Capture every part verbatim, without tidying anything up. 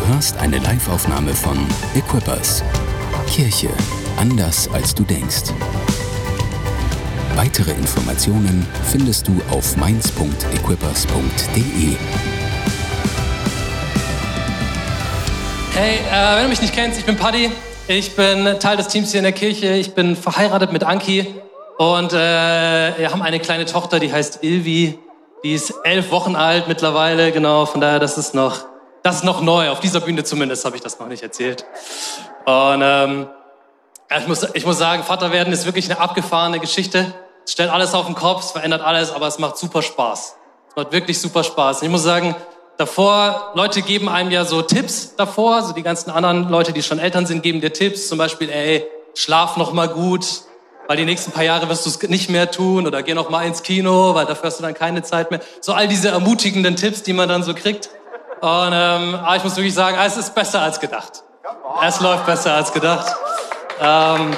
hörst eine Live-Aufnahme von Equippers. Kirche anders als du denkst. Weitere Informationen findest du auf mainz punkt equippers punkt de. Hey, äh, wenn du mich nicht kennst, ich bin Paddy. Ich bin Teil des Teams hier in der Kirche. Ich bin verheiratet mit Anki und äh, wir haben eine kleine Tochter, die heißt Ilvi. Die ist elf Wochen alt mittlerweile, genau. Von daher, das ist noch, das ist noch neu. Auf dieser Bühne zumindest habe ich das noch nicht erzählt. Und ähm, ja, ich muss, ich muss sagen, Vater werden ist wirklich eine abgefahrene Geschichte. Es stellt alles auf den Kopf, es verändert alles, aber es macht super Spaß. Es macht wirklich super Spaß. Und ich muss sagen, davor, Leute geben einem ja so Tipps davor, so die ganzen anderen Leute, die schon Eltern sind, geben dir Tipps, zum Beispiel, ey, schlaf noch mal gut, weil die nächsten paar Jahre wirst du es nicht mehr tun, oder geh noch mal ins Kino, weil dafür hast du dann keine Zeit mehr. So all diese ermutigenden Tipps, die man dann so kriegt. Und ähm, aber ich muss wirklich sagen, es ist besser als gedacht. Es läuft besser als gedacht. Ähm,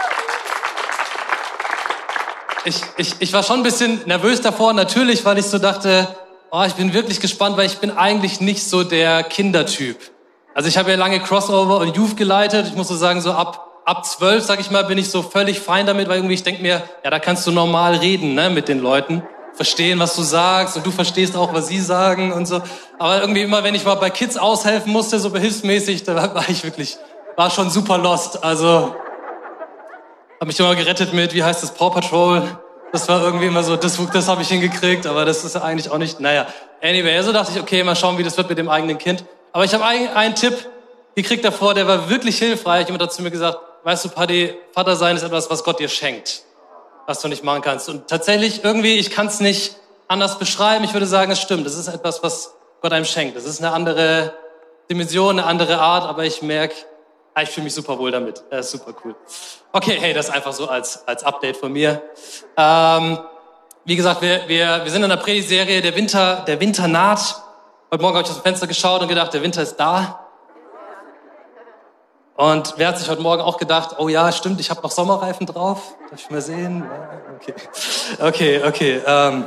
ich, ich, ich war schon ein bisschen nervös davor, natürlich, weil ich so dachte, oh, ich bin wirklich gespannt, weil ich bin eigentlich nicht so der Kindertyp. Also ich habe ja lange Crossover und Youth geleitet. Ich muss so sagen, so ab ab zwölf, sag ich mal, bin ich so völlig fein damit, weil irgendwie ich denke mir, ja, da kannst du normal reden, ne, mit den Leuten, verstehen, was du sagst und du verstehst auch, was sie sagen und so. Aber irgendwie immer, wenn ich mal bei Kids aushelfen musste, so behilfsmäßig, da war ich wirklich, war schon super lost. Also habe mich immer gerettet mit, wie heißt das, Paw Patrol. Das war irgendwie immer so, das, das habe ich hingekriegt, aber das ist ja eigentlich auch nicht, naja. Anyway, also dachte ich, okay, mal schauen, wie das wird mit dem eigenen Kind. Aber ich habe einen, einen Tipp gekriegt davor, der war wirklich hilfreich. Jemand hat zu mir gesagt, weißt du, Paddy, Vater sein ist etwas, was Gott dir schenkt, was du nicht machen kannst. Und tatsächlich irgendwie, ich kann es nicht anders beschreiben. Ich würde sagen, es stimmt. Das ist etwas, was Gott einem schenkt. Das ist eine andere Dimension, eine andere Art, aber ich merke, ich fühle mich super wohl damit. Das ist super cool. Okay, hey, das einfach so als als Update von mir. Ähm, wie gesagt, wir wir wir sind in der Predigtserie, der Winter, der Winter naht. Heute Morgen habe ich aus dem Fenster geschaut und gedacht, der Winter ist da. Und wer hat sich heute Morgen auch gedacht, oh ja, stimmt, ich habe noch Sommerreifen drauf. Darf ich mal sehen? Okay, okay, okay. Ähm,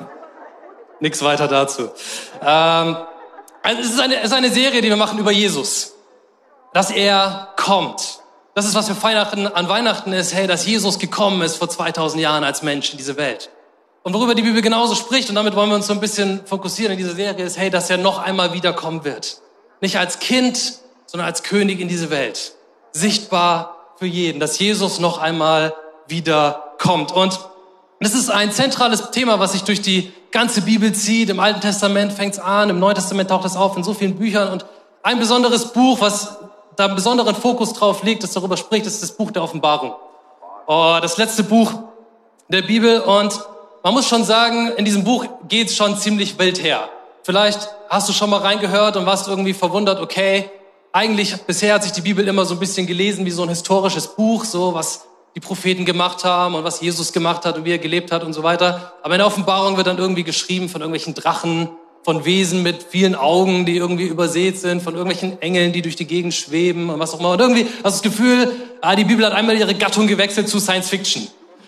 nix weiter dazu. Ähm, also es ist eine, es ist eine Serie, die wir machen über Jesus. Dass er kommt. Das ist, was für Weihnachten, an Weihnachten ist, hey, dass Jesus gekommen ist vor zweitausend Jahren als Mensch in diese Welt. Und worüber die Bibel genauso spricht, und damit wollen wir uns so ein bisschen fokussieren in dieser Serie, ist, hey, dass er noch einmal wiederkommen wird. Nicht als Kind, sondern als König in diese Welt. Sichtbar für jeden, dass Jesus noch einmal wiederkommt. Und das ist ein zentrales Thema, was sich durch die ganze Bibel zieht. Im Alten Testament fängt es an, im Neuen Testament taucht es auf in so vielen Büchern. Und ein besonderes Buch, was da einen besonderen Fokus drauf legt, das darüber spricht, ist das Buch der Offenbarung. Oh, das letzte Buch der Bibel. Und man muss schon sagen, in diesem Buch geht's schon ziemlich wild her. Vielleicht hast du schon mal reingehört und warst irgendwie verwundert, okay, eigentlich bisher hat sich die Bibel immer so ein bisschen gelesen wie so ein historisches Buch, so was die Propheten gemacht haben und was Jesus gemacht hat und wie er gelebt hat und so weiter. Aber in der Offenbarung wird dann irgendwie geschrieben von irgendwelchen Drachen, von Wesen mit vielen Augen, die irgendwie übersät sind, von irgendwelchen Engeln, die durch die Gegend schweben und was auch immer. Und irgendwie hast du das Gefühl, ah, die Bibel hat einmal ihre Gattung gewechselt zu Science Fiction.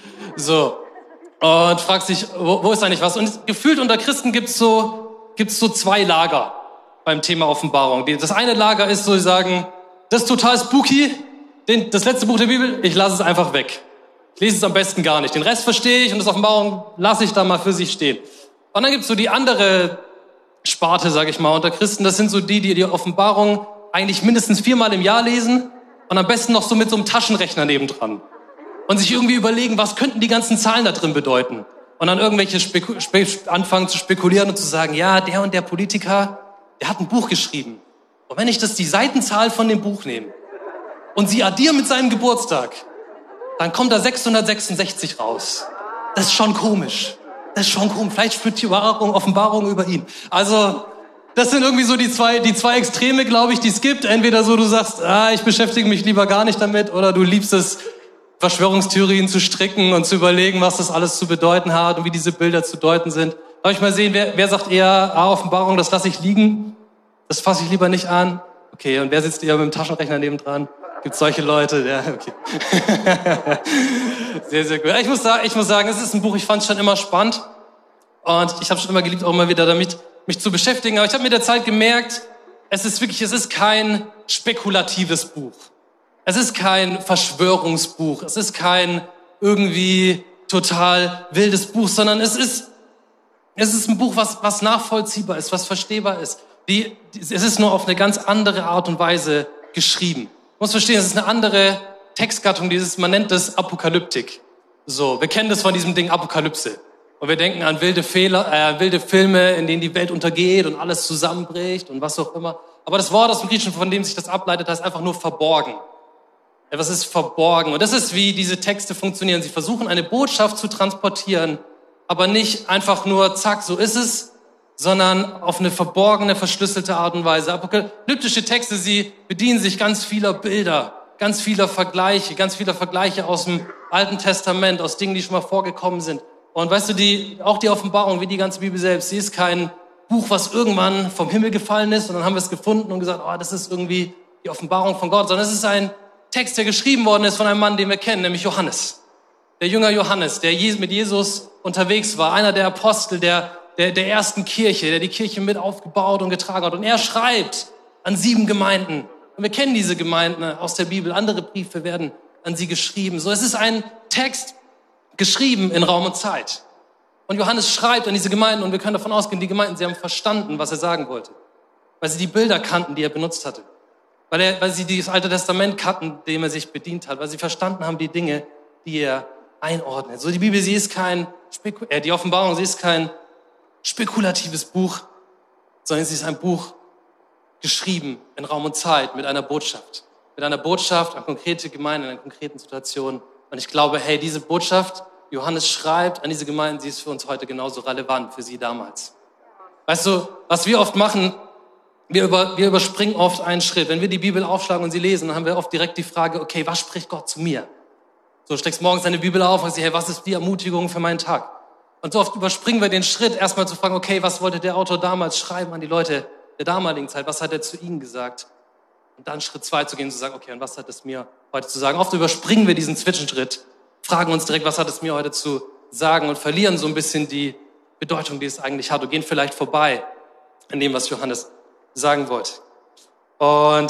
So. Und fragst dich, wo, wo ist eigentlich was? Und gefühlt unter Christen gibt's so, gibt's so zwei Lager beim Thema Offenbarung. Das eine Lager ist so, die sagen, das ist total spooky, den, das letzte Buch der Bibel, ich lasse es einfach weg. Ich lese es am besten gar nicht. Den Rest verstehe ich und das Offenbarung lasse ich da mal für sich stehen. Und dann gibt's so die andere Sparte, sag ich mal, unter Christen. Das sind so die, die die Offenbarung eigentlich mindestens viermal im Jahr lesen und am besten noch so mit so einem Taschenrechner nebendran. Und sich irgendwie überlegen, was könnten die ganzen Zahlen da drin bedeuten? Und dann irgendwelche Speku- spe- anfangen zu spekulieren und zu sagen, ja, der und der Politiker, der hat ein Buch geschrieben. Und wenn ich das die Seitenzahl von dem Buch nehme und sie addiere mit seinem Geburtstag, dann kommt da sechshundertsechsundsechzig raus. Das ist schon komisch. Das ist schon komisch. Vielleicht spürt die Offenbarung, Offenbarung über ihn. Also, das sind irgendwie so die zwei, die zwei Extreme, glaube ich, die es gibt. Entweder so, du sagst, ah, ich beschäftige mich lieber gar nicht damit, oder du liebst es, Verschwörungstheorien zu stricken und zu überlegen, was das alles zu bedeuten hat und wie diese Bilder zu deuten sind. Darf ich mal sehen, wer, wer sagt eher, ah, Offenbarung, das lasse ich liegen, das fasse ich lieber nicht an. Okay, und wer sitzt eher mit dem Taschenrechner nebendran? Gibt's solche Leute? Ja, okay. Sehr, sehr gut. Ich muss sagen, ich muss sagen, es ist ein Buch, ich fand es schon immer spannend. Und ich habe schon immer geliebt, auch mal wieder damit mich zu beschäftigen. Aber ich habe mit der Zeit gemerkt, es ist wirklich, es ist kein spekulatives Buch. Es ist kein Verschwörungsbuch. Es ist kein irgendwie total wildes Buch, sondern es ist, es ist ein Buch, was, was nachvollziehbar ist, was verstehbar ist. Die, es ist nur auf eine ganz andere Art und Weise geschrieben. Man muss verstehen, es ist eine andere Textgattung, dieses, man nennt das Apokalyptik. So, wir kennen das von diesem Ding Apokalypse. Und wir denken an wilde Fehler, äh, wilde Filme, in denen die Welt untergeht und alles zusammenbricht und was auch immer. Aber das Wort aus dem Griechischen, von dem sich das ableitet, heißt einfach nur verborgen. Etwas ist verborgen. Und das ist, wie diese Texte funktionieren. Sie versuchen, eine Botschaft zu transportieren, aber nicht einfach nur, zack, so ist es, sondern auf eine verborgene, verschlüsselte Art und Weise. Apokalyptische Texte, sie bedienen sich ganz vieler Bilder, ganz vieler Vergleiche, ganz vieler Vergleiche aus dem Alten Testament, aus Dingen, die schon mal vorgekommen sind. Und weißt du, die, auch die Offenbarung, wie die ganze Bibel selbst, sie ist kein Buch, was irgendwann vom Himmel gefallen ist und dann haben wir es gefunden und gesagt, oh, das ist irgendwie die Offenbarung von Gott, sondern es ist ein Text, der geschrieben worden ist von einem Mann, den wir kennen, nämlich Johannes. Der Jünger Johannes, der mit Jesus unterwegs war, einer der Apostel der, der, der ersten Kirche, der die Kirche mit aufgebaut und getragen hat. Und er schreibt an sieben Gemeinden. Und wir kennen diese Gemeinden aus der Bibel. Andere Briefe werden an sie geschrieben. So, es ist ein Text geschrieben in Raum und Zeit. Und Johannes schreibt an diese Gemeinden und wir können davon ausgehen, die Gemeinden, sie haben verstanden, was er sagen wollte. Weil sie die Bilder kannten, die er benutzt hatte. Weil, er, weil sie das Alte Testament kannten, dem er sich bedient hat. Weil sie verstanden haben, die Dinge, die er einordnet. So, die Bibel, sie ist kein, Speku- äh, die Offenbarung, sie ist kein spekulatives Buch, sondern sie ist ein Buch geschrieben in Raum und Zeit mit einer Botschaft. Mit einer Botschaft an konkrete Gemeinden, in einer konkreten Situation. Und ich glaube, hey, diese Botschaft, Johannes schreibt an diese Gemeinden, sie ist für uns heute genauso relevant für sie damals. Weißt du, was wir oft machen, wir, über, wir überspringen oft einen Schritt. Wenn wir die Bibel aufschlagen und sie lesen, dann haben wir oft direkt die Frage, okay, was spricht Gott zu mir? So, schlägst morgens deine Bibel auf und sagst, hey, was ist die Ermutigung für meinen Tag? Und so oft überspringen wir den Schritt, erstmal zu fragen, okay, was wollte der Autor damals schreiben an die Leute der damaligen Zeit? Was hat er zu ihnen gesagt? Und dann Schritt zwei zu gehen und zu sagen, okay, und was hat es mir heute zu sagen? Oft überspringen wir diesen Zwischenschritt, fragen uns direkt, was hat es mir heute zu sagen und verlieren so ein bisschen die Bedeutung, die es eigentlich hat und gehen vielleicht vorbei an dem, was Johannes sagen wollte. Und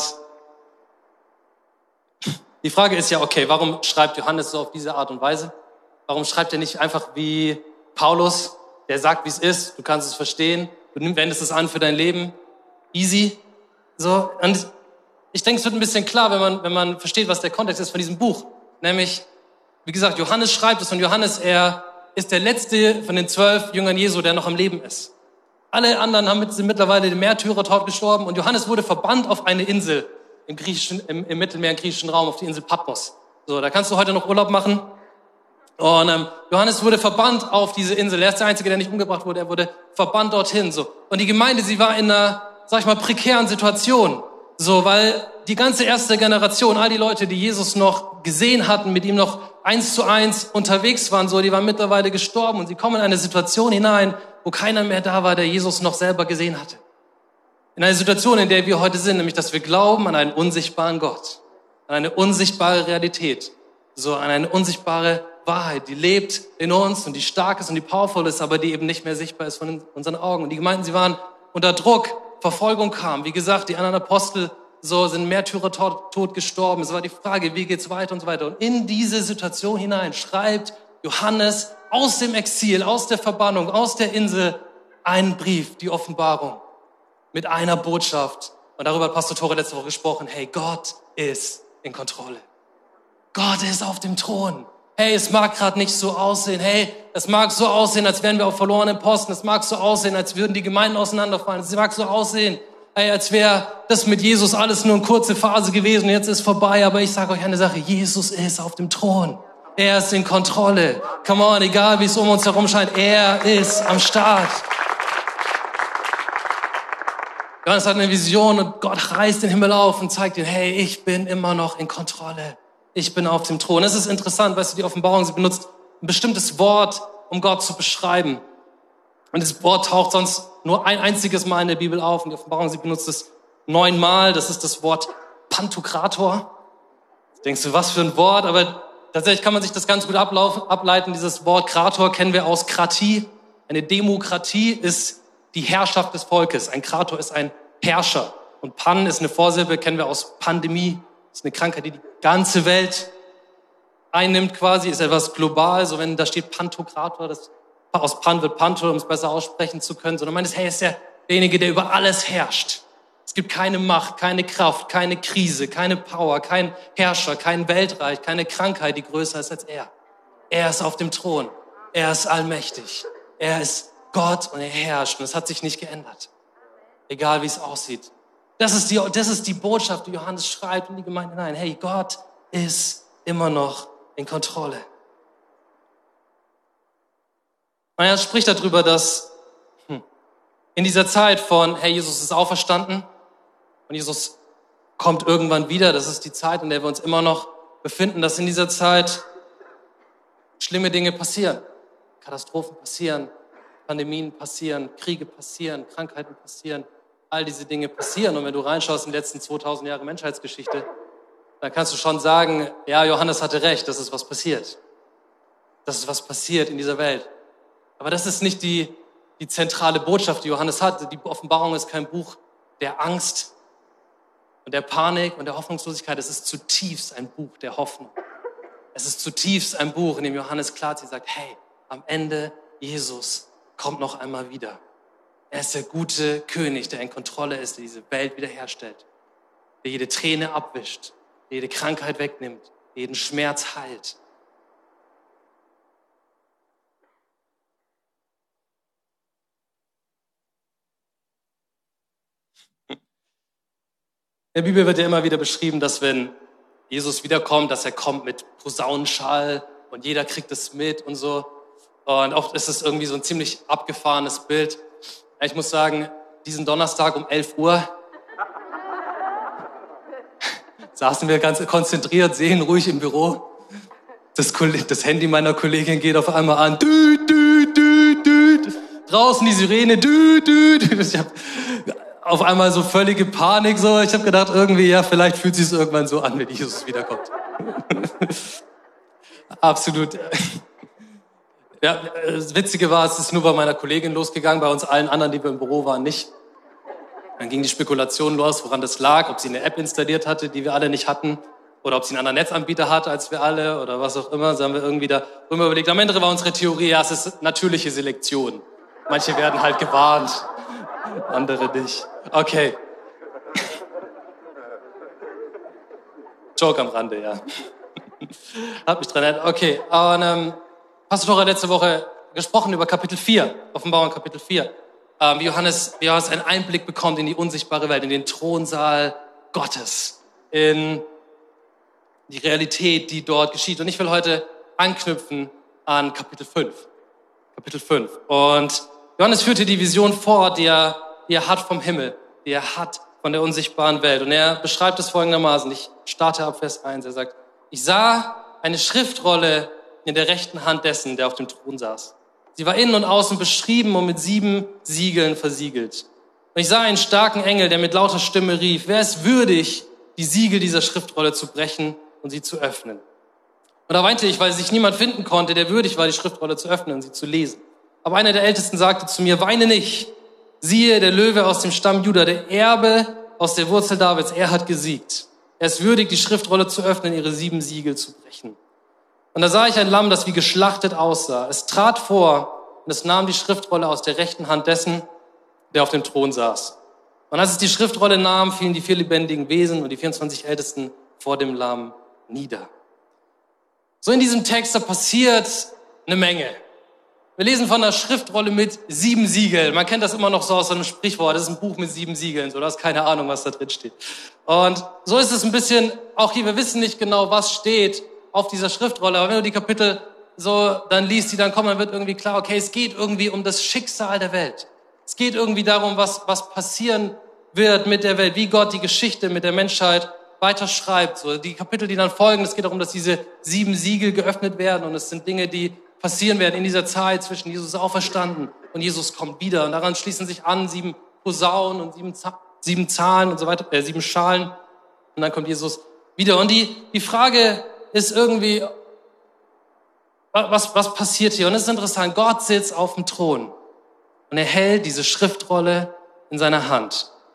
die Frage ist ja, okay, warum schreibt Johannes so auf diese Art und Weise? Warum schreibt er nicht einfach wie Paulus, der sagt, wie es ist, du kannst es verstehen, du wendest es an für dein Leben, easy. So, und ich denke, es wird ein bisschen klar, wenn man, wenn man versteht, was der Kontext ist von diesem Buch. Nämlich, wie gesagt, Johannes schreibt es und Johannes, er ist der letzte von den zwölf Jüngern Jesu, der noch am Leben ist. Alle anderen haben, sind mittlerweile den Märtyrertod gestorben und Johannes wurde verbannt auf eine Insel im griechischen, im, im Mittelmeer, im griechischen Raum, auf die Insel Patmos. So, da kannst du heute noch Urlaub machen. Und ähm, Johannes wurde verbannt auf diese Insel. Er ist der Einzige, der nicht umgebracht wurde. Er wurde verbannt dorthin. So, und die Gemeinde, sie war in einer, sag ich mal, prekären Situation. So, weil die ganze erste Generation, all die Leute, die Jesus noch gesehen hatten, mit ihm noch eins zu eins unterwegs waren, so, die waren mittlerweile gestorben und sie kommen in eine Situation hinein, wo keiner mehr da war, der Jesus noch selber gesehen hatte. In eine Situation, in der wir heute sind, nämlich, dass wir glauben an einen unsichtbaren Gott, an eine unsichtbare Realität, so an eine unsichtbare Wahrheit, die lebt in uns und die stark ist und die powerful ist, aber die eben nicht mehr sichtbar ist von unseren Augen. Und die Gemeinden, sie waren unter Druck, Verfolgung kam. Wie gesagt, die anderen Apostel so sind Märtyrertod tot gestorben. Es war die Frage, wie geht's weiter und so weiter. Und in diese Situation hinein schreibt Johannes aus dem Exil, aus der Verbannung, aus der Insel einen Brief, die Offenbarung mit einer Botschaft. Und darüber hat Pastor Tore letzte Woche gesprochen. Hey, Gott ist in Kontrolle. Gott ist auf dem Thron. Hey, es mag gerade nicht so aussehen. Hey, es mag so aussehen, als wären wir auf verlorenen Posten. Es mag so aussehen, als würden die Gemeinden auseinanderfallen. Es mag so aussehen, hey, als wäre das mit Jesus alles nur eine kurze Phase gewesen. Jetzt ist vorbei. Aber ich sage euch eine Sache. Jesus ist auf dem Thron. Er ist in Kontrolle. Come on, egal wie es um uns herum scheint. Er ist am Start. Johannes hat eine Vision und Gott reißt den Himmel auf und zeigt ihm, hey, ich bin immer noch in Kontrolle. Ich bin auf dem Thron. Es ist interessant, weißt du, die Offenbarung, sie benutzt ein bestimmtes Wort, um Gott zu beschreiben. Und das Wort taucht sonst nur ein einziges Mal in der Bibel auf. Und die Offenbarung, sie benutzt es neunmal. Das ist das Wort Pantokrator. Denkst du, was für ein Wort? Aber tatsächlich kann man sich das ganz gut ableiten. Dieses Wort Krator kennen wir aus Kratie. Eine Demokratie ist die Herrschaft des Volkes. Ein Krator ist ein Herrscher. Und Pan ist eine Vorsilbe, kennen wir aus Pandemie. Das ist eine Krankheit, die die ganze Welt einnimmt quasi, ist etwas global. So wenn da steht Pantokrator, das aus Pan wird Panto, um es besser aussprechen zu können. Sondern meint es, hey, ist der, derjenige, der über alles herrscht. Es gibt keine Macht, keine Kraft, keine Krise, keine Power, kein Herrscher, kein Weltreich, keine Krankheit, die größer ist als er. Er ist auf dem Thron. Er ist allmächtig. Er ist Gott und er herrscht. Und es hat sich nicht geändert. Egal, wie es aussieht. Das ist die, das ist die Botschaft, die Johannes schreibt in die Gemeinde hinein. Hey, Gott ist immer noch in Kontrolle. Und er spricht darüber, dass hm, in dieser Zeit von, hey, Jesus ist auferstanden und Jesus kommt irgendwann wieder. Das ist die Zeit, in der wir uns immer noch befinden, dass in dieser Zeit schlimme Dinge passieren. Katastrophen passieren, Pandemien passieren, Kriege passieren, Krankheiten passieren. All diese Dinge passieren. Und wenn du reinschaust in die letzten zweitausend Jahre Menschheitsgeschichte, dann kannst du schon sagen, ja, Johannes hatte recht, das ist was passiert. Das ist was passiert in dieser Welt. Aber das ist nicht die, die zentrale Botschaft, die Johannes hat. Die Offenbarung ist kein Buch der Angst und der Panik und der Hoffnungslosigkeit. Es ist zutiefst ein Buch der Hoffnung. Es ist zutiefst ein Buch, in dem Johannes klar sagt, hey, am Ende Jesus kommt noch einmal wieder. Er ist der gute König, der in Kontrolle ist, der diese Welt wiederherstellt, der jede Träne abwischt, der jede Krankheit wegnimmt, der jeden Schmerz heilt. In der Bibel wird ja immer wieder beschrieben, dass wenn Jesus wiederkommt, dass er kommt mit Posaunenschall und jeder kriegt es mit und so. Und oft ist es irgendwie so ein ziemlich abgefahrenes Bild. Ich muss sagen, diesen Donnerstag um elf Uhr saßen wir ganz konzentriert, seelenruhig im Büro. Das, das Handy meiner Kollegin geht auf einmal an. Düt, düt, düt, düt. Draußen die Sirene. Düt, düt. Ich hab auf einmal so völlige Panik. So. Ich habe gedacht, irgendwie, ja, vielleicht fühlt sich es irgendwann so an, wenn Jesus wiederkommt. Absolut. Ja, das Witzige war, es ist nur bei meiner Kollegin losgegangen, bei uns allen anderen, die wir im Büro waren, nicht. Dann ging die Spekulation los, woran das lag, ob sie eine App installiert hatte, die wir alle nicht hatten, oder ob sie einen anderen Netzanbieter hatte als wir alle, oder was auch immer. So haben wir irgendwie da drüber überlegt. Am Ende war unsere Theorie, ja, es ist natürliche Selektion. Manche werden halt gewarnt, andere nicht. Okay. Joke am Rande, ja. Hab mich dran erinnert. Okay, und ähm, Pastor hat letzte Woche gesprochen über Kapitel vier, Offenbarung Kapitel vier, ähm, wie Johannes, wie Johannes einen Einblick bekommt in die unsichtbare Welt, in den Thronsaal Gottes, in die Realität, die dort geschieht. Und ich will heute anknüpfen an Kapitel fünf. Kapitel fünf. Und Johannes führte die Vision vor, die er, die er hat vom Himmel, die er hat von der unsichtbaren Welt. Und er beschreibt es folgendermaßen. Ich starte ab Vers eins. Er sagt, ich sah eine Schriftrolle in der rechten Hand dessen, der auf dem Thron saß. Sie war innen und außen beschrieben und mit sieben Siegeln versiegelt. Und ich sah einen starken Engel, der mit lauter Stimme rief, wer ist würdig, die Siegel dieser Schriftrolle zu brechen und sie zu öffnen? Und da weinte ich, weil sich niemand finden konnte, der würdig war, die Schriftrolle zu öffnen und sie zu lesen. Aber einer der Ältesten sagte zu mir, weine nicht. Siehe, der Löwe aus dem Stamm Juda, der Erbe aus der Wurzel Davids, er hat gesiegt. Er ist würdig, die Schriftrolle zu öffnen, ihre sieben Siegel zu brechen. Und da sah ich ein Lamm, das wie geschlachtet aussah. Es trat vor und es nahm die Schriftrolle aus der rechten Hand dessen, der auf dem Thron saß. Und als es die Schriftrolle nahm, fielen die vier lebendigen Wesen und die vierundzwanzig Ältesten vor dem Lamm nieder. So in diesem Text, da passiert eine Menge. Wir lesen von einer Schriftrolle mit sieben Siegeln. Man kennt das immer noch so aus so einem Sprichwort. Das ist ein Buch mit sieben Siegeln. So, du hast keine Ahnung, was da drin steht. Und so ist es ein bisschen, auch hier, wir wissen nicht genau, was steht auf dieser Schriftrolle. Aber wenn du die Kapitel so dann liest, die dann kommen, dann wird irgendwie klar, okay, es geht irgendwie um das Schicksal der Welt. Es geht irgendwie darum, was, was passieren wird mit der Welt, wie Gott die Geschichte mit der Menschheit weiterschreibt. So, die Kapitel, die dann folgen, es geht darum, dass diese sieben Siegel geöffnet werden. Und es sind Dinge, die passieren werden in dieser Zeit zwischen Jesus auferstanden und Jesus kommt wieder. Und daran schließen sich an sieben Posaunen und sieben, Z- sieben Zahlen und so weiter, äh, sieben Schalen. Und dann kommt Jesus wieder. Und die, die Frage ist irgendwie, was, was passiert hier? Und es ist interessant, Gott sitzt auf dem Thron und er hält diese Schriftrolle in seiner Hand.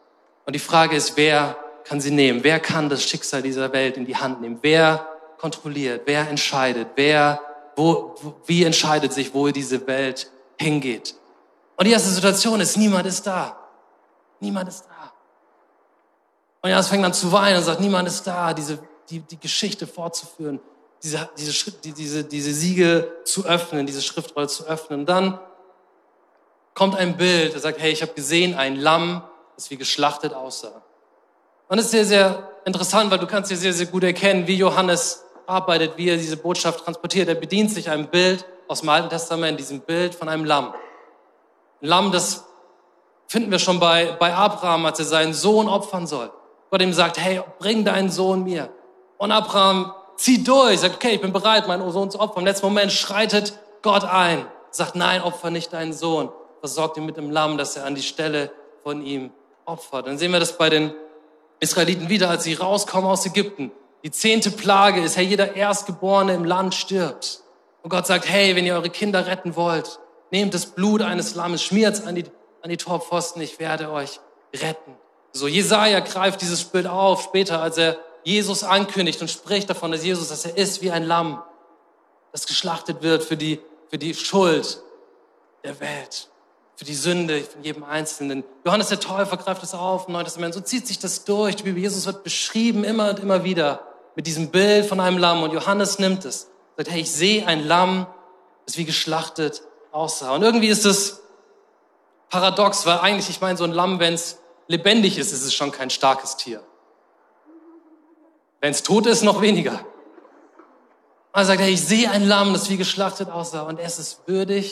Und die Frage ist, wer kann sie nehmen? Wer kann das Schicksal dieser Welt in die Hand nehmen? Wer kontrolliert? Wer entscheidet? Wer, wo, wo, wie entscheidet sich, wo diese Welt hingeht? Und die erste Situation ist, niemand ist da. Niemand ist da. Und Johannes fängt an zu weinen und sagt, niemand ist da, diese, die, die Geschichte fortzuführen, diese, diese, diese, diese Siegel zu öffnen, diese Schriftrolle zu öffnen. Und dann kommt ein Bild, er sagt, hey, ich habe gesehen, ein Lamm, das wie geschlachtet aussah. Und das ist sehr, sehr interessant, weil du kannst dir sehr, sehr gut erkennen, wie Johannes arbeitet, wie er diese Botschaft transportiert. Er bedient sich einem Bild aus dem Alten Testament, diesem Bild von einem Lamm. Ein Lamm, das finden wir schon bei, bei Abraham, als er seinen Sohn opfern soll. Gott ihm sagt, hey, bring deinen Sohn mir. Und Abraham zieht durch, sagt, okay, ich bin bereit, meinen Sohn zu opfern. Im letzten Moment schreitet Gott ein, sagt, nein, opfer nicht deinen Sohn. Versorgt ihn mit dem Lamm, dass er an die Stelle von ihm opfert. Dann sehen wir das bei den Israeliten wieder, als sie rauskommen aus Ägypten. Die zehnte Plage ist, hey, jeder Erstgeborene im Land stirbt. Und Gott sagt, hey, wenn ihr eure Kinder retten wollt, nehmt das Blut eines Lammes, schmiert es an die, an die Torpfosten, ich werde euch retten. So, Jesaja greift dieses Bild auf, später, als er Jesus ankündigt und spricht davon, dass Jesus, dass er ist wie ein Lamm, das geschlachtet wird für die, für die Schuld der Welt, für die Sünde von jedem Einzelnen. Johannes der Täufer greift es auf im Neuen Testament. So zieht sich das durch. Die Bibel Jesus wird beschrieben immer und immer wieder mit diesem Bild von einem Lamm. Und Johannes nimmt es. Sagt, hey, ich sehe ein Lamm, das wie geschlachtet aussah. Und irgendwie ist es paradox, weil eigentlich, ich meine, so ein Lamm, wenn es lebendig ist, ist es schon kein starkes Tier. Wenn es tot ist, noch weniger. Er sagt, hey, ich sehe ein Lamm, das wie geschlachtet aussah. Und es ist würdig,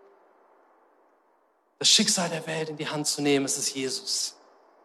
das Schicksal der Welt in die Hand zu nehmen. Es ist Jesus.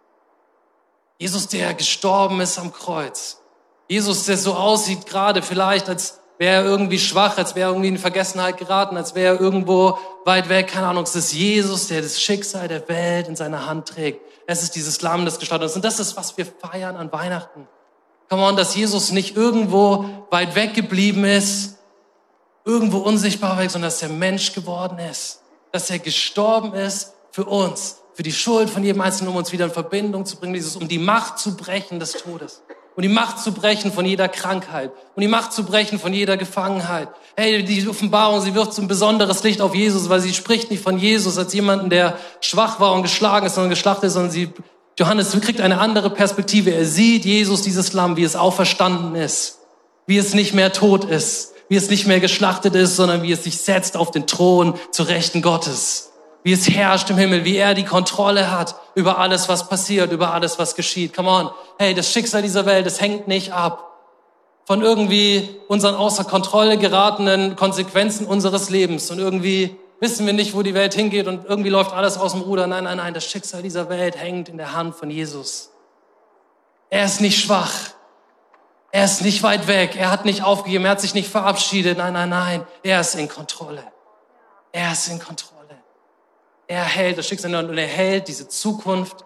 Jesus, der gestorben ist am Kreuz. Jesus, der so aussieht gerade vielleicht, als wäre er irgendwie schwach, als wäre er irgendwie in Vergessenheit geraten, als wäre er irgendwo weit weg. Keine Ahnung, es ist Jesus, der das Schicksal der Welt in seiner Hand trägt. Es ist dieses Lamm, das gestorben ist. Und das ist, was wir feiern an Weihnachten. Come on, dass Jesus nicht irgendwo weit weg geblieben ist, irgendwo unsichtbar weg, sondern dass er Mensch geworden ist. Dass er gestorben ist für uns, für die Schuld von jedem Einzelnen, um uns wieder in Verbindung zu bringen, dieses, um die Macht zu brechen des Todes, um die Macht zu brechen von jeder Krankheit, um die Macht zu brechen von jeder Gefangenheit. Hey, die Offenbarung, sie wirft so ein besonderes Licht auf Jesus, weil sie spricht nicht von Jesus als jemanden, der schwach war und geschlagen ist, sondern geschlachtet ist, sondern sie, Johannes kriegt eine andere Perspektive. Er sieht Jesus, dieses Lamm, wie es auferstanden ist, wie es nicht mehr tot ist, wie es nicht mehr geschlachtet ist, sondern wie es sich setzt auf den Thron zur Rechten Gottes. Wie es herrscht im Himmel, wie er die Kontrolle hat über alles, was passiert, über alles, was geschieht. Come on. Hey, das Schicksal dieser Welt, das hängt nicht ab von irgendwie unseren außer Kontrolle geratenen Konsequenzen unseres Lebens. Und irgendwie wissen wir nicht, wo die Welt hingeht und irgendwie läuft alles aus dem Ruder. Nein, nein, nein, das Schicksal dieser Welt hängt in der Hand von Jesus. Er ist nicht schwach. Er ist nicht weit weg. Er hat nicht aufgegeben. Er hat sich nicht verabschiedet. Nein, nein, nein. Er ist in Kontrolle. Er ist in Kontrolle. Er hält das Schicksal und er hält diese Zukunft,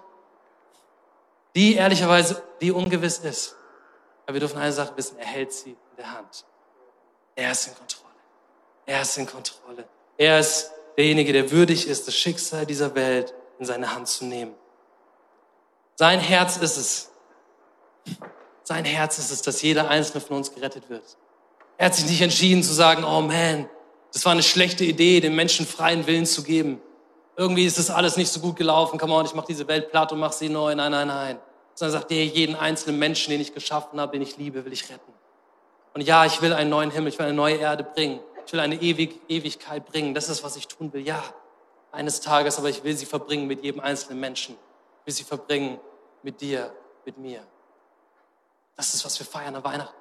die ehrlicherweise, die ungewiss ist. Aber wir dürfen eine Sache wissen. Er hält sie in der Hand. Er ist in Kontrolle. Er ist in Kontrolle. Er ist derjenige, der würdig ist, das Schicksal dieser Welt in seine Hand zu nehmen. Sein Herz ist es. Sein Herz ist es, dass jeder Einzelne von uns gerettet wird. Er hat sich nicht entschieden zu sagen, oh man, das war eine schlechte Idee, den Menschen freien Willen zu geben. Irgendwie ist das alles nicht so gut gelaufen. Come on, ich mache diese Welt platt und mache sie neu. Nein, nein, nein. Sondern sagt er, jeden einzelnen Menschen, den ich geschaffen habe, den ich liebe, will ich retten. Und ja, ich will einen neuen Himmel, ich will eine neue Erde bringen. Ich will eine Ewig, Ewigkeit bringen. Das ist, was ich tun will. Ja, eines Tages, aber ich will sie verbringen mit jedem einzelnen Menschen. Ich will sie verbringen mit dir, mit mir. Das ist, was wir feiern an Weihnachten.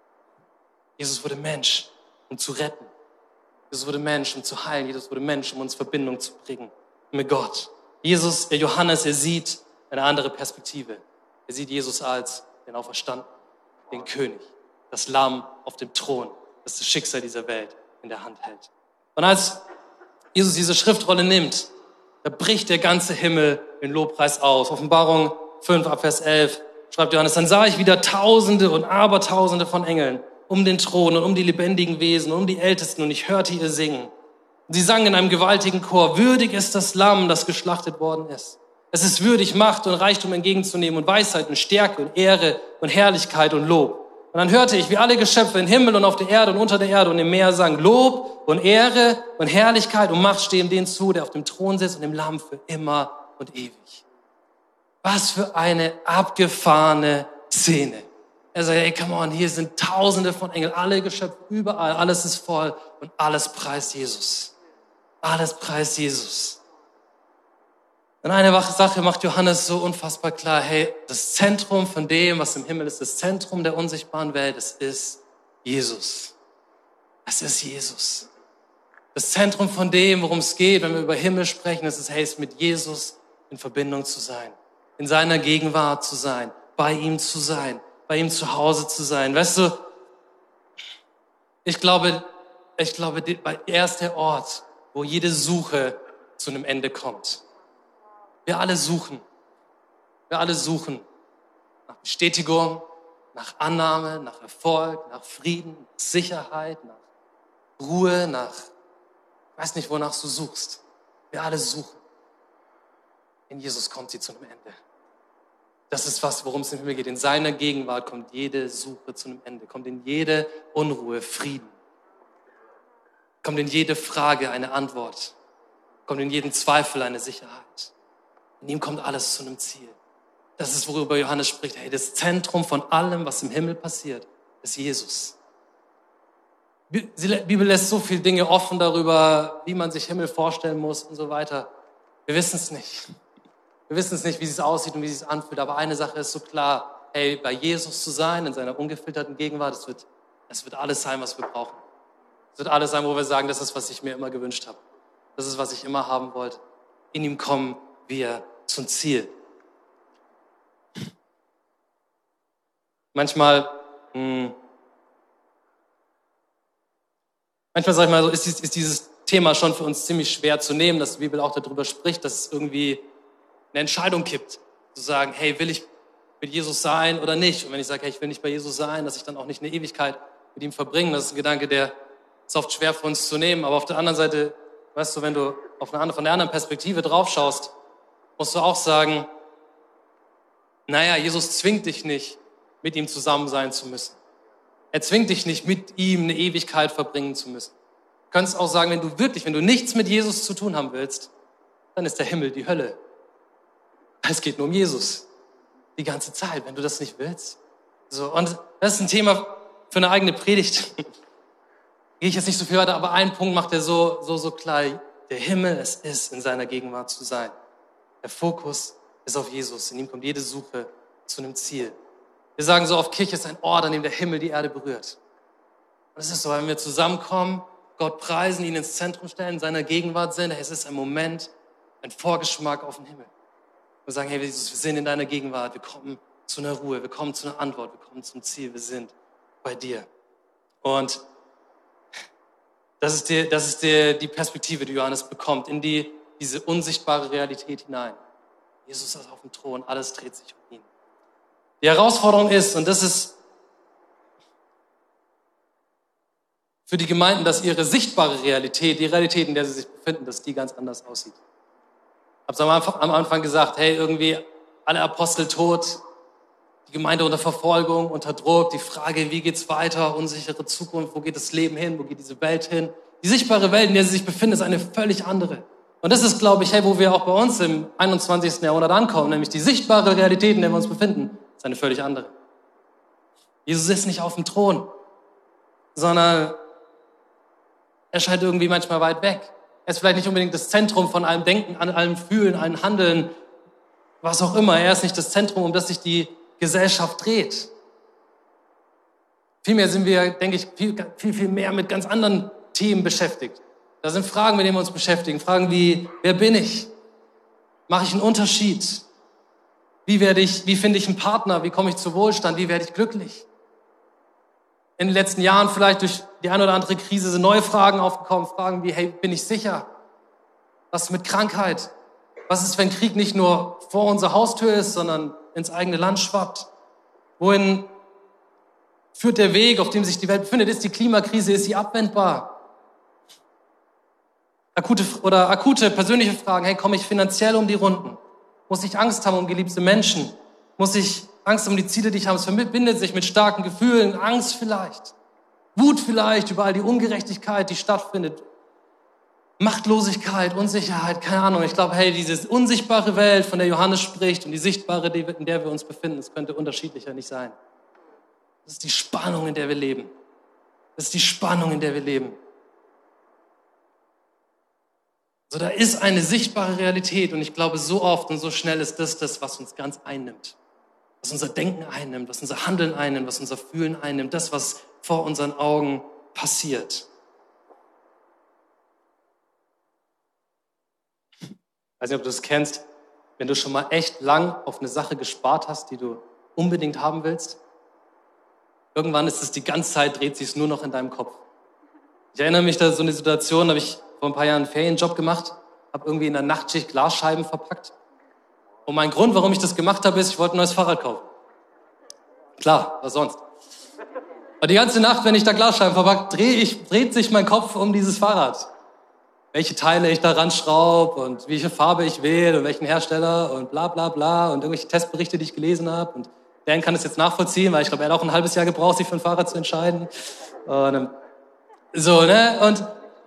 Jesus wurde Mensch, um zu retten. Jesus wurde Mensch, um zu heilen. Jesus wurde Mensch, um uns in Verbindung zu bringen mit Gott. Jesus, der Johannes, er sieht eine andere Perspektive. Er sieht Jesus als den Auferstandenen, den König, das Lamm auf dem Thron, das das Schicksal dieser Welt in der Hand hält. Und als Jesus diese Schriftrolle nimmt, da bricht der ganze Himmel in Lobpreis aus. Offenbarung fünf, ab Vers elf. Schreibt Johannes, dann sah ich wieder Tausende und Abertausende von Engeln um den Thron und um die lebendigen Wesen, um die Ältesten und ich hörte ihr singen. Und sie sangen in einem gewaltigen Chor, würdig ist das Lamm, das geschlachtet worden ist, Es ist würdig, Macht und Reichtum entgegenzunehmen und Weisheit und Stärke und Ehre und Herrlichkeit und Lob. Und dann hörte ich, wie alle Geschöpfe im Himmel und auf der Erde und unter der Erde und im Meer sagen, Lob und Ehre und Herrlichkeit und Macht stehen denen zu, der auf dem Thron sitzt und dem Lamm für immer und ewig. Was für eine abgefahrene Szene. Er sagt, hey, come on, hier sind Tausende von Engeln, alle Geschöpfe, überall, alles ist voll und alles preist Jesus. Alles preist Jesus. Und eine Sache macht Johannes so unfassbar klar, hey, das Zentrum von dem, was im Himmel ist, das Zentrum der unsichtbaren Welt, es ist Jesus. Es ist Jesus. Das Zentrum von dem, worum es geht, wenn wir über Himmel sprechen, ist es, hey, es mit Jesus in Verbindung zu sein, in seiner Gegenwart zu sein, bei ihm zu sein, bei ihm zu Hause zu sein. Weißt du, ich glaube, ich glaube, er ist der Ort, wo jede Suche zu einem Ende kommt. Wir alle suchen. Wir alle suchen nach Bestätigung, nach Annahme, nach Erfolg, nach Frieden, nach Sicherheit, nach Ruhe, nach, ich weiß nicht, wonach du suchst. Wir alle suchen. In Jesus kommt sie zu einem Ende. Das ist was, worum es im Himmel geht. In seiner Gegenwart kommt jede Suche zu einem Ende. Kommt in jede Unruhe Frieden. Kommt in jede Frage eine Antwort. Kommt in jeden Zweifel eine Sicherheit. In ihm kommt alles zu einem Ziel. Das ist, worüber Johannes spricht. Hey, das Zentrum von allem, was im Himmel passiert, ist Jesus. Die Bibel lässt so viele Dinge offen darüber, wie man sich Himmel vorstellen muss und so weiter. Wir wissen es nicht. Wir wissen es nicht, wie es aussieht und wie es sich anfühlt. Aber eine Sache ist so klar. Hey, bei Jesus zu sein, in seiner ungefilterten Gegenwart, es wird, es wird alles sein, was wir brauchen. Es wird alles sein, wo wir sagen, das ist, was ich mir immer gewünscht habe. Das ist, was ich immer haben wollte. In ihm kommen wir zum Ziel. Manchmal, mh, manchmal sag ich mal so, ist, ist dieses Thema schon für uns ziemlich schwer zu nehmen, dass die Bibel auch darüber spricht, dass es irgendwie eine Entscheidung gibt, zu sagen, hey, will ich mit Jesus sein oder nicht? Und wenn ich sage, hey, ich will nicht bei Jesus sein, dass ich dann auch nicht eine Ewigkeit mit ihm verbringe, das ist ein Gedanke, der ist oft schwer für uns zu nehmen. Aber auf der anderen Seite, weißt du, wenn du auf eine andere, von der anderen Perspektive drauf schaust, musst du auch sagen, naja, Jesus zwingt dich nicht, mit ihm zusammen sein zu müssen. Er zwingt dich nicht, mit ihm eine Ewigkeit verbringen zu müssen. Du kannst auch sagen, wenn du wirklich, wenn du nichts mit Jesus zu tun haben willst, dann ist der Himmel die Hölle. Es geht nur um Jesus. Die ganze Zeit, wenn du das nicht willst. So, und das ist ein Thema für eine eigene Predigt. Gehe ich jetzt nicht so viel weiter, aber einen Punkt macht er so, so, so klar. Der Himmel, es ist, in seiner Gegenwart zu sein. Der Fokus ist auf Jesus. In ihm kommt jede Suche zu einem Ziel. Wir sagen so oft, Kirche ist ein Ort, an dem der Himmel die Erde berührt. Und es ist so, wenn wir zusammenkommen, Gott preisen, ihn ins Zentrum stellen, in seiner Gegenwart sind, es ist ein Moment, ein Vorgeschmack auf den Himmel. Wir sagen, hey Jesus, wir sind in deiner Gegenwart, wir kommen zu einer Ruhe, wir kommen zu einer Antwort, wir kommen zum Ziel, wir sind bei dir. Und das ist, die, das ist die, die Perspektive, die Johannes bekommt, in die, diese unsichtbare Realität hinein. Jesus ist auf dem Thron, alles dreht sich um ihn. Die Herausforderung ist, und das ist für die Gemeinden, dass ihre sichtbare Realität, die Realität, in der sie sich befinden, dass die ganz anders aussieht. Ich habe es am Anfang gesagt, hey, irgendwie alle Apostel tot, die Gemeinde unter Verfolgung, unter Druck, die Frage, wie geht's weiter, unsichere Zukunft, wo geht das Leben hin, wo geht diese Welt hin? Die sichtbare Welt, in der sie sich befinden, ist eine völlig andere. Und das ist, glaube ich, hey, wo wir auch bei uns im einundzwanzigsten Jahrhundert ankommen, nämlich die sichtbare Realität, in der wir uns befinden, ist eine völlig andere. Jesus ist nicht auf dem Thron, sondern er scheint irgendwie manchmal weit weg. Er ist vielleicht nicht unbedingt das Zentrum von allem Denken, an allem Fühlen, allem Handeln, was auch immer. Er ist nicht das Zentrum, um das sich die Gesellschaft dreht. Vielmehr sind wir, denke ich, viel, viel, viel mehr mit ganz anderen Themen beschäftigt. Da sind Fragen, mit denen wir uns beschäftigen. Fragen wie, wer bin ich? Mache ich einen Unterschied? Wie werde ich, wie finde ich einen Partner? Wie komme ich zu Wohlstand? Wie werde ich glücklich? In den letzten Jahren vielleicht durch die eine oder andere Krise sind neue Fragen aufgekommen. Fragen wie, hey, bin ich sicher? Was ist mit Krankheit? Was ist, wenn Krieg nicht nur vor unserer Haustür ist, sondern ins eigene Land schwappt? Wohin führt der Weg, auf dem sich die Welt befindet? Ist die Klimakrise, ist sie abwendbar? Akute oder akute persönliche Fragen, hey, komme ich finanziell um die Runden? Muss ich Angst haben um geliebte Menschen? Muss ich Angst um die Ziele, die ich habe? Es verbindet sich mit starken Gefühlen, Angst vielleicht, Wut vielleicht über all die Ungerechtigkeit, die stattfindet, Machtlosigkeit, Unsicherheit, keine Ahnung. Ich glaube, hey, diese unsichtbare Welt, von der Johannes spricht und die sichtbare, in der wir uns befinden, das könnte unterschiedlicher nicht sein. Das ist die Spannung, in der wir leben. Das ist die Spannung, in der wir leben. So, da ist eine sichtbare Realität und ich glaube, so oft und so schnell ist das das, was uns ganz einnimmt. Was unser Denken einnimmt, was unser Handeln einnimmt, was unser Fühlen einnimmt, das, was vor unseren Augen passiert. Ich weiß nicht, ob du das kennst, wenn du schon mal echt lang auf eine Sache gespart hast, die du unbedingt haben willst. Irgendwann ist es die ganze Zeit, dreht sich es nur noch in deinem Kopf. Ich erinnere mich, da so eine Situation, da habe ich vor ein paar Jahren einen Ferienjob gemacht, habe irgendwie in der Nachtschicht Glasscheiben verpackt. Und mein Grund, warum ich das gemacht habe, ist, ich wollte ein neues Fahrrad kaufen. Klar, was sonst? Und die ganze Nacht, wenn ich da Glasscheiben verpackt, drehe ich, dreht sich mein Kopf um dieses Fahrrad. Welche Teile ich da ranschraube und welche Farbe ich wähle und welchen Hersteller und bla bla bla und irgendwelche Testberichte, die ich gelesen habe. Und Dan kann es jetzt nachvollziehen, weil ich glaube, er hat auch ein halbes Jahr gebraucht, sich für ein Fahrrad zu entscheiden. Und, ähm, so, ne? Und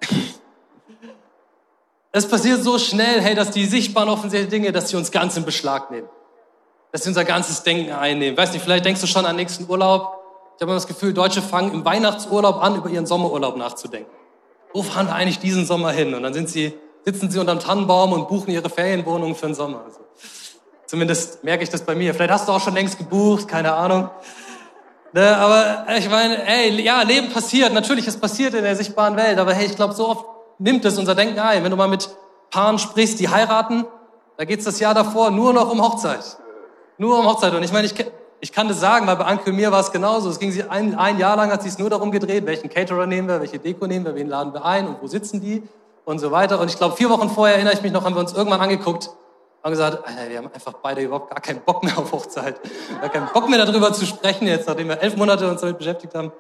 es passiert so schnell, hey, dass die sichtbaren offensichtlichen Dinge, dass sie uns ganz in Beschlag nehmen. Dass sie unser ganzes Denken einnehmen. Weiß nicht, vielleicht denkst du schon an den nächsten Urlaub. Ich habe immer das Gefühl, Deutsche fangen im Weihnachtsurlaub an, über ihren Sommerurlaub nachzudenken. Wo fahren wir eigentlich diesen Sommer hin? Und dann sind sie, sitzen sie unterm Tannenbaum und buchen ihre Ferienwohnung für den Sommer. Also, zumindest merke ich das bei mir. Vielleicht hast du auch schon längst gebucht, keine Ahnung. Ne, aber ich meine, ey, ja, Leben passiert. Natürlich, es passiert in der sichtbaren Welt. Aber hey, ich glaube, so oft nimmt es unser Denken ein. Wenn du mal mit Paaren sprichst, die heiraten, da geht's das Jahr davor nur noch um Hochzeit. Nur um Hochzeit. Und ich meine, ich, ich kann das sagen, weil bei Anke und mir war es genauso. Es ging sie ein, ein Jahr lang, hat sie es nur darum gedreht, welchen Caterer nehmen wir, welche Deko nehmen wir, wen laden wir ein und wo sitzen die und so weiter. Und ich glaube, vier Wochen vorher, erinnere ich mich noch, haben wir uns irgendwann angeguckt und gesagt, Alter, wir haben einfach beide überhaupt gar keinen Bock mehr auf Hochzeit. Gar keinen Bock mehr darüber zu sprechen jetzt, nachdem wir elf Monate uns damit beschäftigt haben.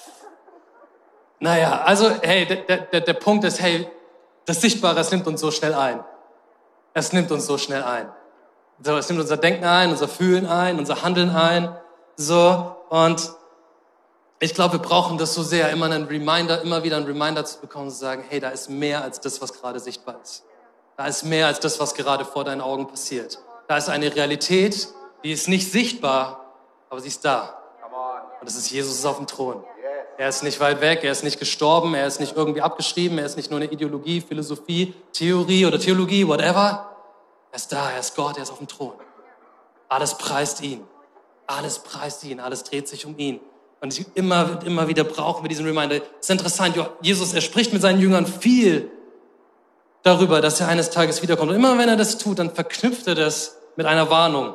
Naja, also, hey, der, der, der Punkt ist, hey, das Sichtbare, es nimmt uns so schnell ein. Es nimmt uns so schnell ein. So, es nimmt unser Denken ein, unser Fühlen ein, unser Handeln ein. So, und ich glaube, wir brauchen das so sehr, immer einen Reminder, immer wieder einen Reminder zu bekommen, zu sagen, hey, da ist mehr als das, was gerade sichtbar ist. Da ist mehr als das, was gerade vor deinen Augen passiert. Da ist eine Realität, die ist nicht sichtbar, aber sie ist da. Und das ist Jesus auf dem Thron. Er ist nicht weit weg, er ist nicht gestorben, er ist nicht irgendwie abgeschrieben, er ist nicht nur eine Ideologie, Philosophie, Theorie oder Theologie, whatever. Er ist da, er ist Gott, er ist auf dem Thron. Alles preist ihn. Alles preist ihn, alles dreht sich um ihn. Und immer, immer wieder brauchen wir diesen Reminder. Es ist interessant, Jesus, er spricht mit seinen Jüngern viel darüber, dass er eines Tages wiederkommt. Und immer wenn er das tut, dann verknüpft er das mit einer Warnung.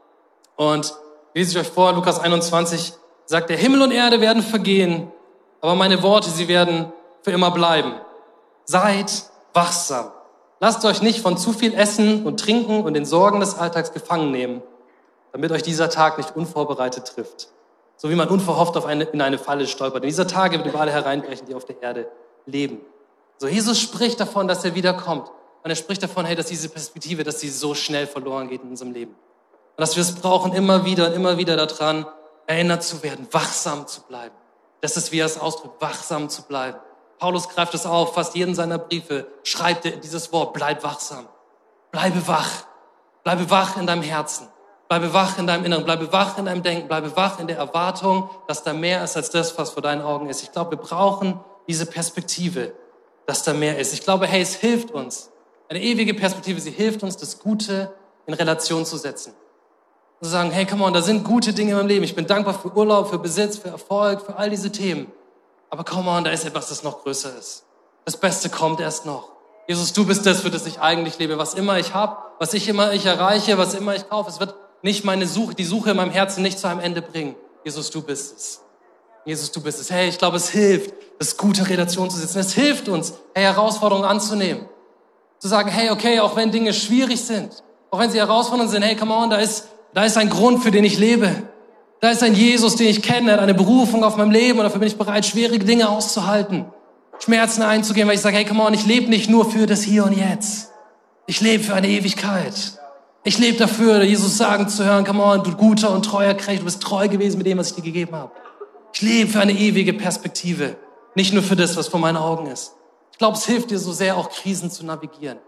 Und lese ich euch vor, Lukas einundzwanzig sagt, der Himmel und Erde werden vergehen, aber meine Worte, sie werden für immer bleiben. Seid wachsam. Lasst euch nicht von zu viel Essen und Trinken und den Sorgen des Alltags gefangen nehmen, damit euch dieser Tag nicht unvorbereitet trifft. So wie man unverhofft auf eine, in eine Falle stolpert. In dieser Tage wird über alle hereinbrechen, die auf der Erde leben. So, Jesus spricht davon, dass er wiederkommt. Und er spricht davon, hey, dass diese Perspektive, dass sie so schnell verloren geht in unserem Leben. Und dass wir es brauchen, immer wieder und immer wieder daran erinnert zu werden, wachsam zu bleiben. Das ist, wie er es ausdrückt, wachsam zu bleiben. Paulus greift es auf, fast jeden seiner Briefe schreibt er dieses Wort, bleib wachsam. Bleibe wach. Bleibe wach in deinem Herzen. Bleibe wach in deinem Inneren. Bleibe wach in deinem Denken. Bleibe wach in der Erwartung, dass da mehr ist als das, was vor deinen Augen ist. Ich glaube, wir brauchen diese Perspektive, dass da mehr ist. Ich glaube, hey, es hilft uns. Eine ewige Perspektive, sie hilft uns, das Gute in Relation zu setzen. Zu sagen, hey, come on, da sind gute Dinge in meinem Leben. Ich bin dankbar für Urlaub, für Besitz, für Erfolg, für all diese Themen. Aber come on, da ist etwas, das noch größer ist. Das Beste kommt erst noch. Jesus, du bist das, für das ich eigentlich lebe. Was immer ich habe, was ich immer ich erreiche, was immer ich kaufe, es wird nicht meine Suche, die Suche in meinem Herzen nicht zu einem Ende bringen. Jesus, du bist es. Jesus, du bist es. Hey, ich glaube, es hilft, das gute Relation zu setzen. Es hilft uns, hey, Herausforderungen anzunehmen. Zu sagen, hey, okay, auch wenn Dinge schwierig sind, auch wenn sie herausfordernd sind, hey, come on, da ist, da ist ein Grund, für den ich lebe. Da ist ein Jesus, den ich kenne, er hat eine Berufung auf meinem Leben und dafür bin ich bereit, schwierige Dinge auszuhalten, Schmerzen einzugehen, weil ich sage, hey, come on, ich lebe nicht nur für das Hier und Jetzt. Ich lebe für eine Ewigkeit. Ich lebe dafür, Jesus sagen zu hören, come on, du guter und treuer Knecht, du bist treu gewesen mit dem, was ich dir gegeben habe. Ich lebe für eine ewige Perspektive, nicht nur für das, was vor meinen Augen ist. Ich glaube, es hilft dir so sehr, auch Krisen zu navigieren.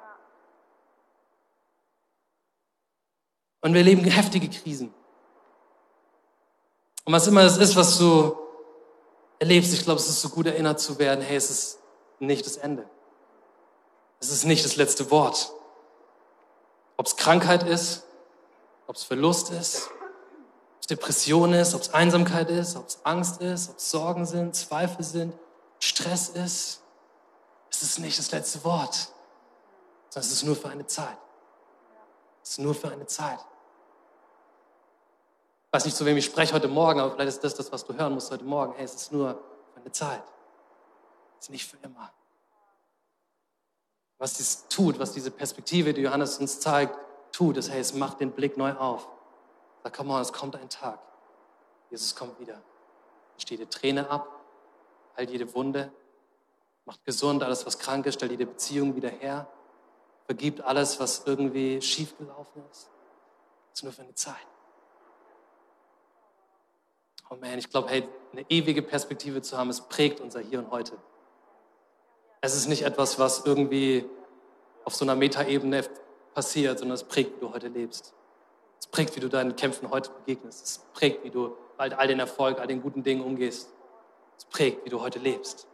Und wir erleben heftige Krisen. Und was immer es ist, was du erlebst, ich glaube, es ist so gut erinnert zu werden, hey, es ist nicht das Ende. Es ist nicht das letzte Wort. Ob es Krankheit ist, ob es Verlust ist, ob es Depression ist, ob es Einsamkeit ist, ob es Angst ist, ob es Sorgen sind, Zweifel sind, Stress ist. Es ist nicht das letzte Wort, sondern es ist nur für eine Zeit. Es ist nur für eine Zeit. Ich weiß nicht, zu wem ich spreche heute Morgen, aber vielleicht ist das das, was du hören musst heute Morgen. Hey, es ist nur für eine Zeit. Es ist nicht für immer. Was dies tut, was diese Perspektive, die Johannes uns zeigt, tut, ist, hey, es macht den Blick neu auf. Sag, komm mal, es kommt ein Tag. Jesus kommt wieder. Steht die Träne ab, heilt jede Wunde, macht gesund alles, was krank ist, stellt jede Beziehung wieder her, vergibt alles, was irgendwie schiefgelaufen ist. Es ist nur für eine Zeit. Oh man, ich glaube, hey, eine ewige Perspektive zu haben, es prägt unser Hier und Heute. Es ist nicht etwas, was irgendwie auf so einer Metaebene passiert, sondern es prägt, wie du heute lebst. Es prägt, wie du deinen Kämpfen heute begegnest. Es prägt, wie du bald all den Erfolg, all den guten Dingen umgehst. Es prägt, wie du heute lebst.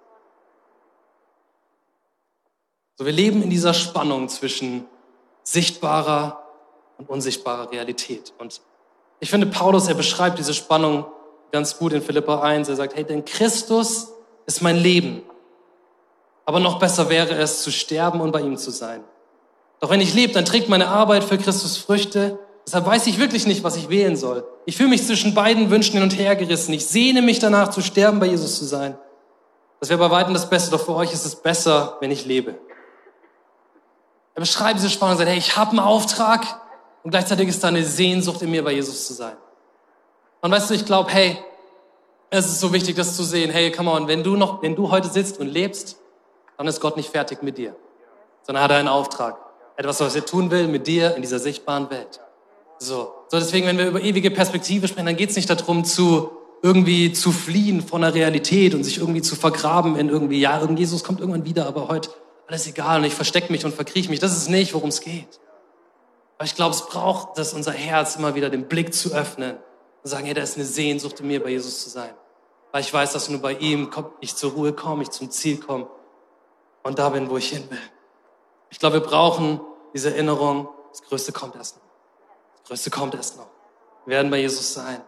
So, wir leben in dieser Spannung zwischen sichtbarer und unsichtbarer Realität. Und ich finde, Paulus, er beschreibt diese Spannung ganz gut in Philipper eins. Er sagt, hey, denn Christus ist mein Leben. Aber noch besser wäre es, zu sterben und bei ihm zu sein. Doch wenn ich lebe, dann trägt meine Arbeit für Christus Früchte. Deshalb weiß ich wirklich nicht, was ich wählen soll. Ich fühle mich zwischen beiden Wünschen hin und her gerissen. Ich sehne mich danach, zu sterben, bei Jesus zu sein. Das wäre bei weitem das Beste, doch für euch ist es besser, wenn ich lebe. Er beschreibt diese Spannung und sagt, hey, ich habe einen Auftrag und gleichzeitig ist da eine Sehnsucht in mir, bei Jesus zu sein. Und weißt du, ich glaube, hey, es ist so wichtig, das zu sehen. Hey, come on, wenn du noch, wenn du heute sitzt und lebst, dann ist Gott nicht fertig mit dir, sondern hat er einen Auftrag. Etwas, was er tun will mit dir in dieser sichtbaren Welt. So, so deswegen, wenn wir über ewige Perspektive sprechen, dann geht es nicht darum, zu irgendwie zu fliehen von der Realität und sich irgendwie zu vergraben in irgendwie, ja, irgendwie Jesus kommt irgendwann wieder, aber heute alles egal und ich verstecke mich und verkrieche mich. Das ist nicht, worum es geht. Aber ich glaube, es braucht das, unser Herz immer wieder den Blick zu öffnen und sagen, hey, da ist eine Sehnsucht in mir, bei Jesus zu sein. Weil ich weiß, dass nur bei ihm ich zur Ruhe komme, ich zum Ziel komme und da bin, wo ich hin will. Ich glaube, wir brauchen diese Erinnerung, das Größte kommt erst noch. Das Größte kommt erst noch. Wir werden bei Jesus sein.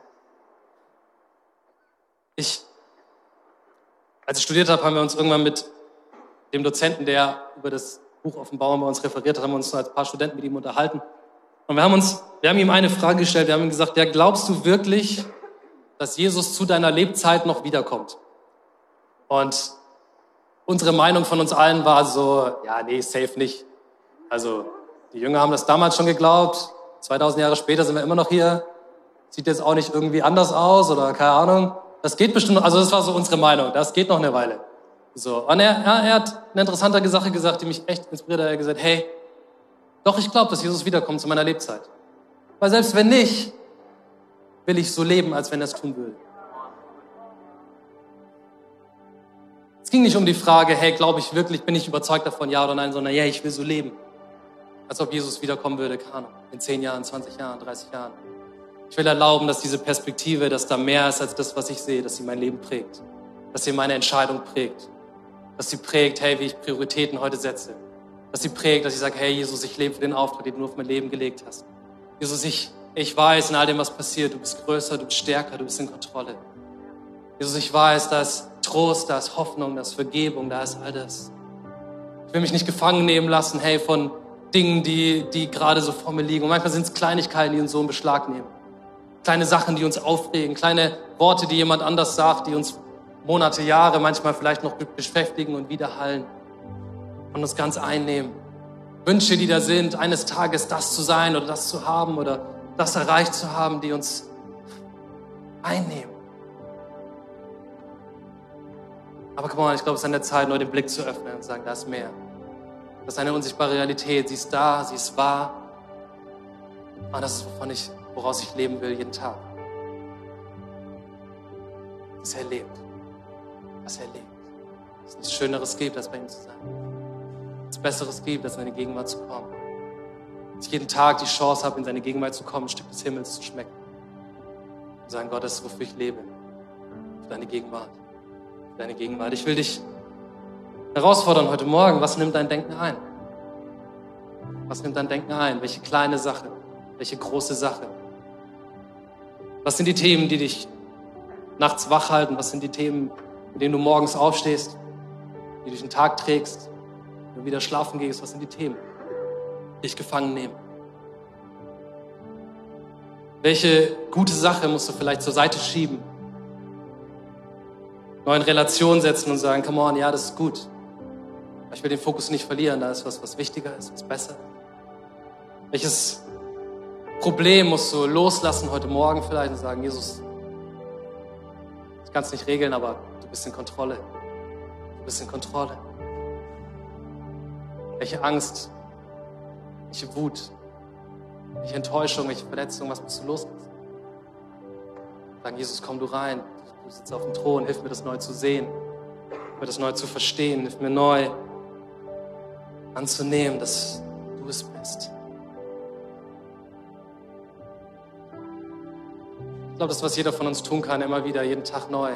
Ich, als ich studiert habe, haben wir uns irgendwann mit dem Dozenten, der über das Buch Offenbarung bei uns referiert hat, haben wir uns als paar Studenten mit ihm unterhalten. Und wir haben uns, wir haben ihm eine Frage gestellt, wir haben ihm gesagt, ja, glaubst du wirklich, dass Jesus zu deiner Lebzeit noch wiederkommt? Und unsere Meinung von uns allen war so, ja, nee, safe nicht. Also, die Jünger haben das damals schon geglaubt, zweitausend Jahre später sind wir immer noch hier. Sieht jetzt auch nicht irgendwie anders aus oder keine Ahnung. Das geht bestimmt noch, also das war so unsere Meinung, das geht noch eine Weile. So, und er, er, er hat eine interessante Sache gesagt, die mich echt inspiriert hat. Er hat gesagt, hey, doch, ich glaube, dass Jesus wiederkommt zu meiner Lebzeit. Weil selbst wenn nicht, will ich so leben, als wenn er es tun würde. Es ging nicht um die Frage, hey, glaube ich wirklich, bin ich überzeugt davon, ja oder nein, sondern ja, ich will so leben. Als ob Jesus wiederkommen würde, keine Ahnung, in zehn Jahren, zwanzig Jahren, dreißig Jahren. Ich will erlauben, dass diese Perspektive, dass da mehr ist als das, was ich sehe, dass sie mein Leben prägt. Dass sie meine Entscheidung prägt. Dass sie prägt, hey, wie ich Prioritäten heute setze. Dass sie prägt, dass ich sage, hey, Jesus, ich lebe für den Auftrag, den du auf mein Leben gelegt hast. Jesus, ich, ich weiß in all dem, was passiert, du bist größer, du bist stärker, du bist in Kontrolle. Jesus, ich weiß, da ist Trost, da ist Hoffnung, da ist Vergebung, da ist all das. Ich will mich nicht gefangen nehmen lassen, hey, von Dingen, die, die gerade so vor mir liegen. Und manchmal sind es Kleinigkeiten, die uns so in Beschlag nehmen. Kleine Sachen, die uns aufregen, kleine Worte, die jemand anders sagt, die uns Monate, Jahre manchmal vielleicht noch beschäftigen und widerhallen und uns ganz einnehmen. Wünsche, die da sind, eines Tages das zu sein oder das zu haben oder das erreicht zu haben, die uns einnehmen. Aber komm mal, ich glaube, es ist an der Zeit, neu den Blick zu öffnen und zu sagen, da ist mehr. Das ist eine unsichtbare Realität, sie ist da, sie ist wahr. Und das ist, wovon ich, woraus ich leben will, jeden Tag. Dass er lebt. Dass er lebt. Dass es nichts Schöneres gibt, als bei ihm zu sein. Dass es Besseres gibt, als in seine Gegenwart zu kommen. Dass ich jeden Tag die Chance habe, in seine Gegenwart zu kommen, ein Stück des Himmels zu schmecken. Und sagen, Gott, das ist, wofür ich lebe. Für deine Gegenwart. Für deine Gegenwart. Ich will dich herausfordern heute Morgen. Was nimmt dein Denken ein? Was nimmt dein Denken ein? Welche kleine Sache? Welche große Sache? Was sind die Themen, die dich nachts wach halten? Was sind die Themen, mit denen du morgens aufstehst, die du durch den Tag trägst, wenn du wieder schlafen gehst? Was sind die Themen, die dich gefangen nehmen? Welche gute Sache musst du vielleicht zur Seite schieben? Neu in Relation setzen und sagen, come on, ja, das ist gut. Aber ich will den Fokus nicht verlieren, da ist was, was wichtiger ist, was besser ist. Welches Problem musst du loslassen heute Morgen vielleicht und sagen, Jesus, ich kann es nicht regeln, aber du bist in Kontrolle. Du bist in Kontrolle. Welche Angst, welche Wut, welche Enttäuschung, welche Verletzung, was musst du loslassen? Sagen, Jesus, komm du rein. Du sitzt auf dem Thron, hilf mir das neu zu sehen, hilf mir das neu zu verstehen, hilf mir neu anzunehmen, dass du es bist. Ich glaube, das, was jeder von uns tun kann, immer wieder, jeden Tag neu,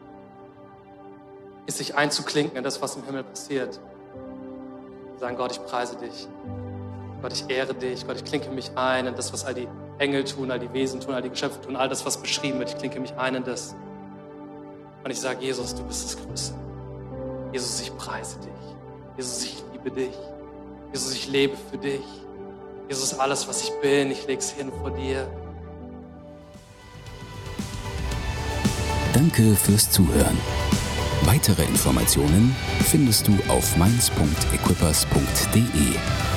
ist sich einzuklinken in das, was im Himmel passiert. Sagen, Gott, ich preise dich. Gott, ich ehre dich. Gott, ich klinke mich ein in das, was all die Engel tun, all die Wesen tun, all die Geschöpfe tun, all das, was beschrieben wird. Ich klinke mich ein in das. Und ich sage, Jesus, du bist das Größte. Jesus, ich preise dich. Jesus, ich liebe dich. Jesus, ich lebe für dich. Jesus, alles, was ich bin, ich lege es hin vor dir. Danke fürs Zuhören. Weitere Informationen findest du auf mainz punkt equippers punkt de.